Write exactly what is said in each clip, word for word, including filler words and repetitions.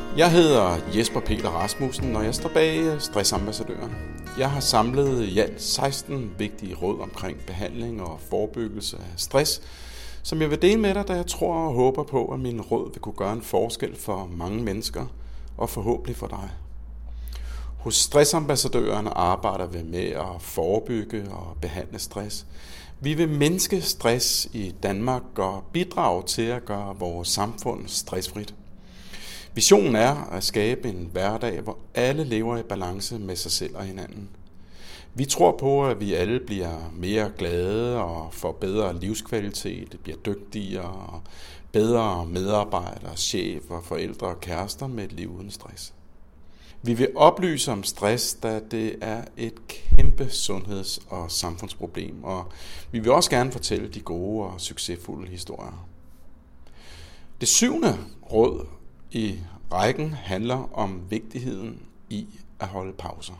Jeg hedder Jesper Peter Rasmussen, og jeg står bag Stressambassadøren. Jeg har samlet i alt seksten vigtige råd omkring behandling og forebyggelse af stress, som jeg vil dele med dig, da jeg tror og håber på, at mine råd vil kunne gøre en forskel for mange mennesker, og forhåbentlig for dig. Hos Stressambassadøren arbejder vi med at forebygge og behandle stress. Vi vil mindske stress i Danmark og bidrage til at gøre vores samfund stressfrit. Visionen er at skabe en hverdag, hvor alle lever i balance med sig selv og hinanden. Vi tror på, at vi alle bliver mere glade og får bedre livskvalitet, bliver dygtigere og bedre medarbejdere, chefer, forældre og kærester med et liv uden stress. Vi vil oplyse om stress, da det er et kæmpe sundheds- og samfundsproblem, og vi vil også gerne fortælle de gode og succesfulde historier. Det syvende råd i rækken handler om vigtigheden i at holde pauser.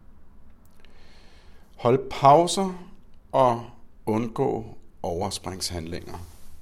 Hold pauser og undgå overspringshandlinger.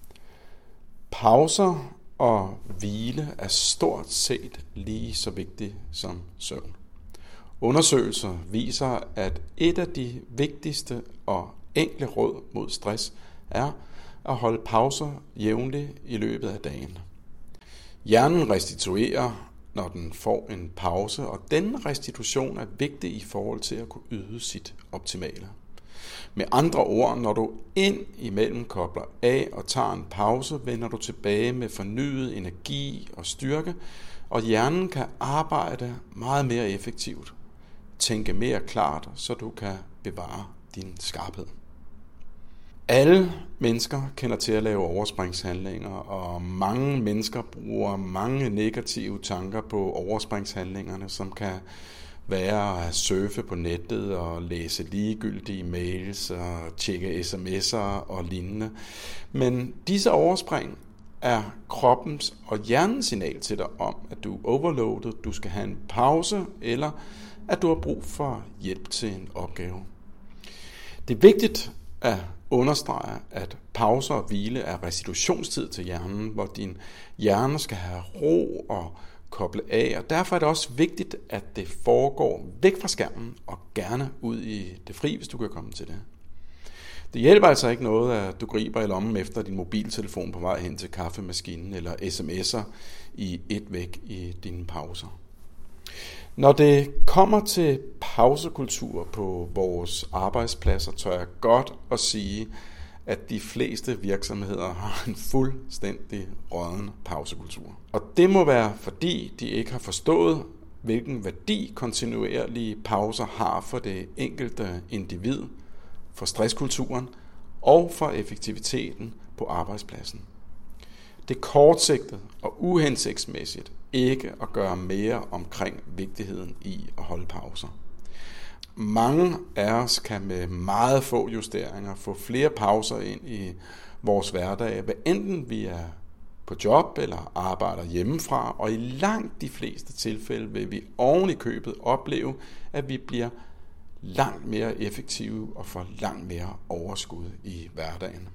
Pauser og hvile er stort set lige så vigtigt som søvn. Undersøgelser viser, at et af de vigtigste og enkle råd mod stress er at holde pauser jævnligt i løbet af dagen. Hjernen restituerer, når den får en pause, og denne restitution er vigtig i forhold til at kunne yde sit optimale. Med andre ord, når du ind imellem kobler af og tager en pause, vender du tilbage med fornyet energi og styrke, og hjernen kan arbejde meget mere effektivt. Tænke mere klart, så du kan bevare din skarphed. Alle mennesker kender til at lave overspringshandlinger, og mange mennesker bruger mange negative tanker på overspringshandlingerne, som kan være at surfe på nettet og læse ligegyldige mails og tjekke sms'er og lignende. Men disse overspring er kroppens og hjernens signal til dig om, at du er overloadet, du skal have en pause, eller at du har brug for hjælp til en opgave. Det er vigtigt at understrege, at pauser og hvile er restitutionstid til hjernen, hvor din hjerne skal have ro og koble af, og derfor er det også vigtigt, at det foregår væk fra skærmen og gerne ud i det fri, hvis du kan komme til det. Det hjælper altså ikke noget, at du griber i lommen efter din mobiltelefon på vej hen til kaffemaskinen eller sms'er i et væk i dine pauser. Når det kommer til pausekultur på vores arbejdspladser, tør jeg godt at sige, at de fleste virksomheder har en fuldstændig rådden pausekultur. Og det må være, fordi de ikke har forstået, hvilken værdi kontinuerlige pauser har for det enkelte individ, for stresskulturen og for effektiviteten på arbejdspladsen. Det er kortsigtet og uhensigtsmæssigt ikke at gøre mere omkring vigtigheden i at holde pauser. Mange af os kan med meget få justeringer få flere pauser ind i vores hverdag, hvad enten vi er på job eller arbejder hjemmefra, og i langt de fleste tilfælde vil vi oven i købet opleve, at vi bliver langt mere effektive og får langt mere overskud i hverdagen.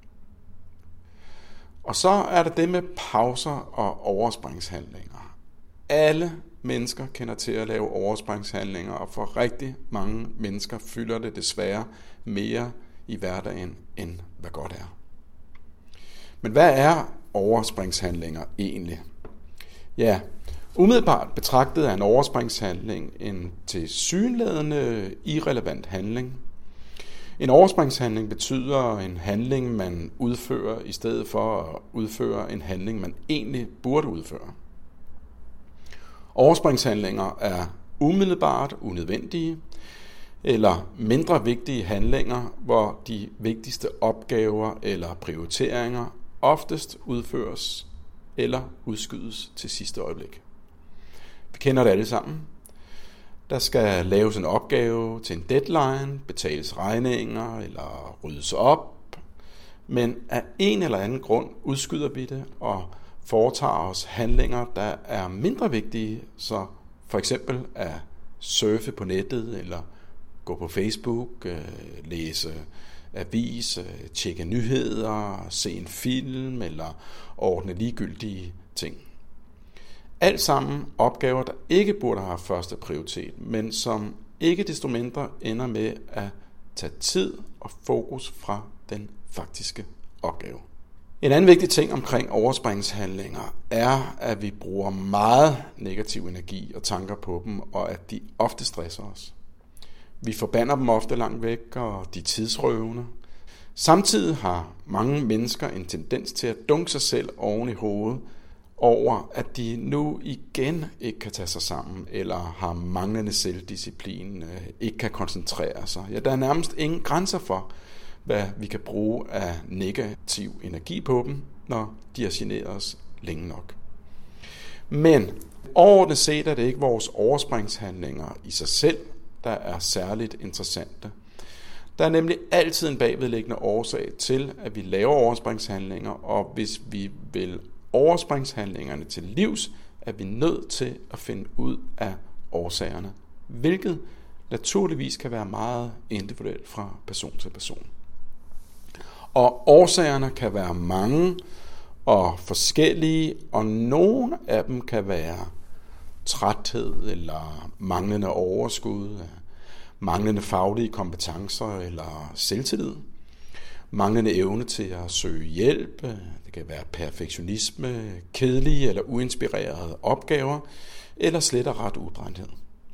Og så er der det med pauser og overspringshandlinger. Alle mennesker kender til at lave overspringshandlinger, og for rigtig mange mennesker fylder det desværre mere i hverdagen, end hvad godt er. Men hvad er overspringshandlinger egentlig? Ja, umiddelbart betragtet er en overspringshandling en tilsyneladende irrelevant handling. En overspringshandling betyder en handling, man udfører, i stedet for at udføre en handling, man egentlig burde udføre. Overspringshandlinger er umiddelbart unødvendige eller mindre vigtige handlinger, hvor de vigtigste opgaver eller prioriteringer oftest udføres eller udskydes til sidste øjeblik. Vi kender det alle sammen. Der skal laves en opgave til en deadline, betales regninger eller ryddes op, men af en eller anden grund udskyder vi det og foretager os handlinger, der er mindre vigtige, så for eksempel at surfe på nettet eller gå på Facebook, læse avis, tjekke nyheder, se en film eller ordne ligegyldige ting. Alt sammen opgaver, der ikke burde have første prioritet, men som ikke desto mindre ender med at tage tid og fokus fra den faktiske opgave. En anden vigtig ting omkring overspringshandlinger er, at vi bruger meget negativ energi og tanker på dem, og at de ofte stresser os. Vi forbander dem ofte langt væk, og de er tidsrøvende. Samtidig har mange mennesker en tendens til at dunke sig selv oven i hovedet over, at de nu igen ikke kan tage sig sammen, eller har manglende selvdisciplin, ikke kan koncentrere sig. Ja, der er nærmest ingen grænser for, hvad vi kan bruge af negativ energi på dem, når de har generet os længe nok. Men overordnet set er det ikke vores overspringshandlinger i sig selv, der er særligt interessante. Der er nemlig altid en bagvedliggende årsag til, at vi laver overspringshandlinger, og hvis vi vil overspringshandlingerne til livs, er vi nødt til at finde ud af årsagerne, hvilket naturligvis kan være meget individuelt fra person til person. Og årsagerne kan være mange og forskellige, og nogle af dem kan være træthed eller manglende overskud, manglende faglige kompetencer eller selvtillid, manglende evne til at søge hjælp, det kan være perfektionisme, kedelige eller uinspirerede opgaver, eller slet og ret udbrændthed.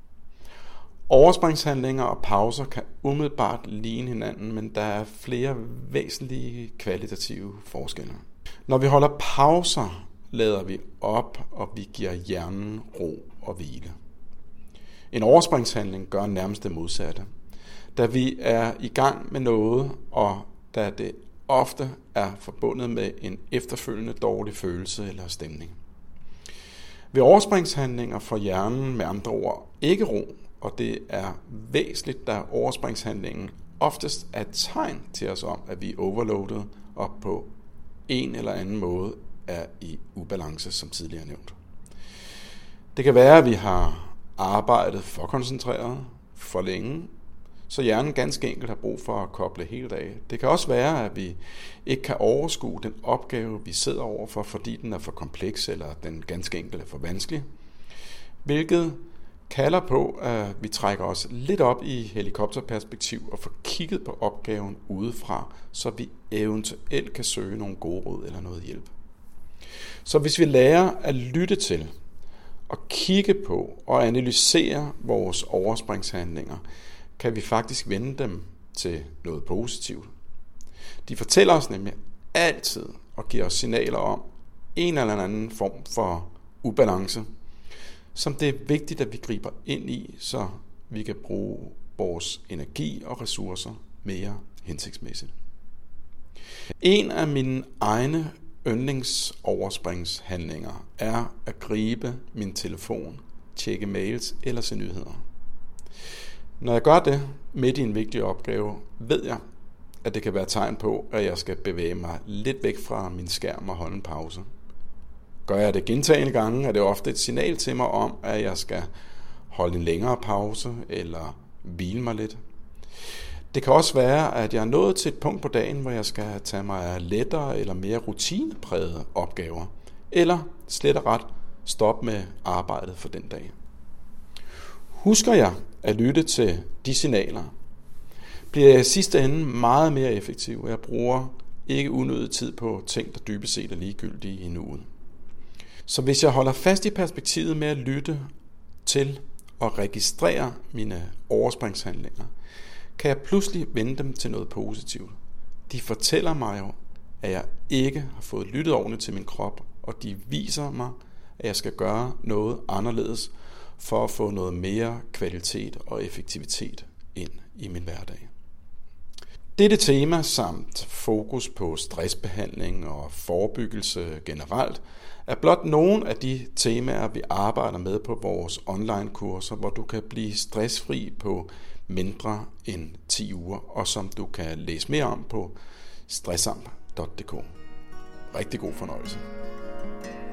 Overspringshandlinger og pauser kan umiddelbart ligne hinanden, men der er flere væsentlige kvalitative forskelle. Når vi holder pauser, lader vi op, og vi giver hjernen ro og hvile. En overspringshandling gør nærmest det modsatte. Da vi er i gang med noget, og da det ofte er forbundet med en efterfølgende dårlig følelse eller stemning. Ved overspringshandlinger får hjernen med andre ord ikke ro, og det er væsentligt, da overspringshandlingen oftest er et tegn til os om, at vi er overloadet og på en eller anden måde er i ubalance, som tidligere nævnt. Det kan være, at vi har arbejdet for koncentreret, for længe, så hjernen ganske enkelt har brug for at koble helt af. Det kan også være, at vi ikke kan overskue den opgave, vi sidder overfor, fordi den er for kompleks, eller den ganske enkelt er for vanskelig, hvilket kalder på, at vi trækker os lidt op i helikopterperspektiv og får kigget på opgaven udefra, så vi eventuelt kan søge nogle gode råd eller noget hjælp. Så hvis vi lærer at lytte til og kigge på og analysere vores overspringshandlinger, kan vi faktisk vende dem til noget positivt. De fortæller os nemlig altid og giver os signaler om en eller anden form for ubalance, som det er vigtigt, at vi griber ind i, så vi kan bruge vores energi og ressourcer mere hensigtsmæssigt. En af mine egne yndlingsoverspringshandlinger er at gribe min telefon, tjekke mails eller se nyheder. Når jeg gør det midt i en vigtig opgave, ved jeg, at det kan være tegn på, at jeg skal bevæge mig lidt væk fra min skærm og holde en pause. Gør jeg det gentagne gange, er det ofte et signal til mig om, at jeg skal holde en længere pause eller hvile mig lidt. Det kan også være, at jeg er nået til et punkt på dagen, hvor jeg skal tage mig af lettere eller mere rutineprægede opgaver, eller slet og ret stoppe med arbejdet for den dag. Husker jeg at lytte til de signaler, bliver jeg i sidste ende meget mere effektiv, og jeg bruger ikke unødig tid på ting, der dybest set er ligegyldige i nuet. Så hvis jeg holder fast i perspektivet med at lytte til og registrere mine overspringshandlinger, kan jeg pludselig vende dem til noget positivt. De fortæller mig jo, at jeg ikke har fået lyttet ordentligt til min krop, og de viser mig, at jeg skal gøre noget anderledes for at få noget mere kvalitet og effektivitet ind i min hverdag. Dette tema samt fokus på stressbehandling og forebyggelse generelt er blot nogle af de temaer, vi arbejder med på vores online-kurser, hvor du kan blive stressfri på mindre end ti uger, og som du kan læse mere om på stressamp punktum d k. Rigtig god fornøjelse.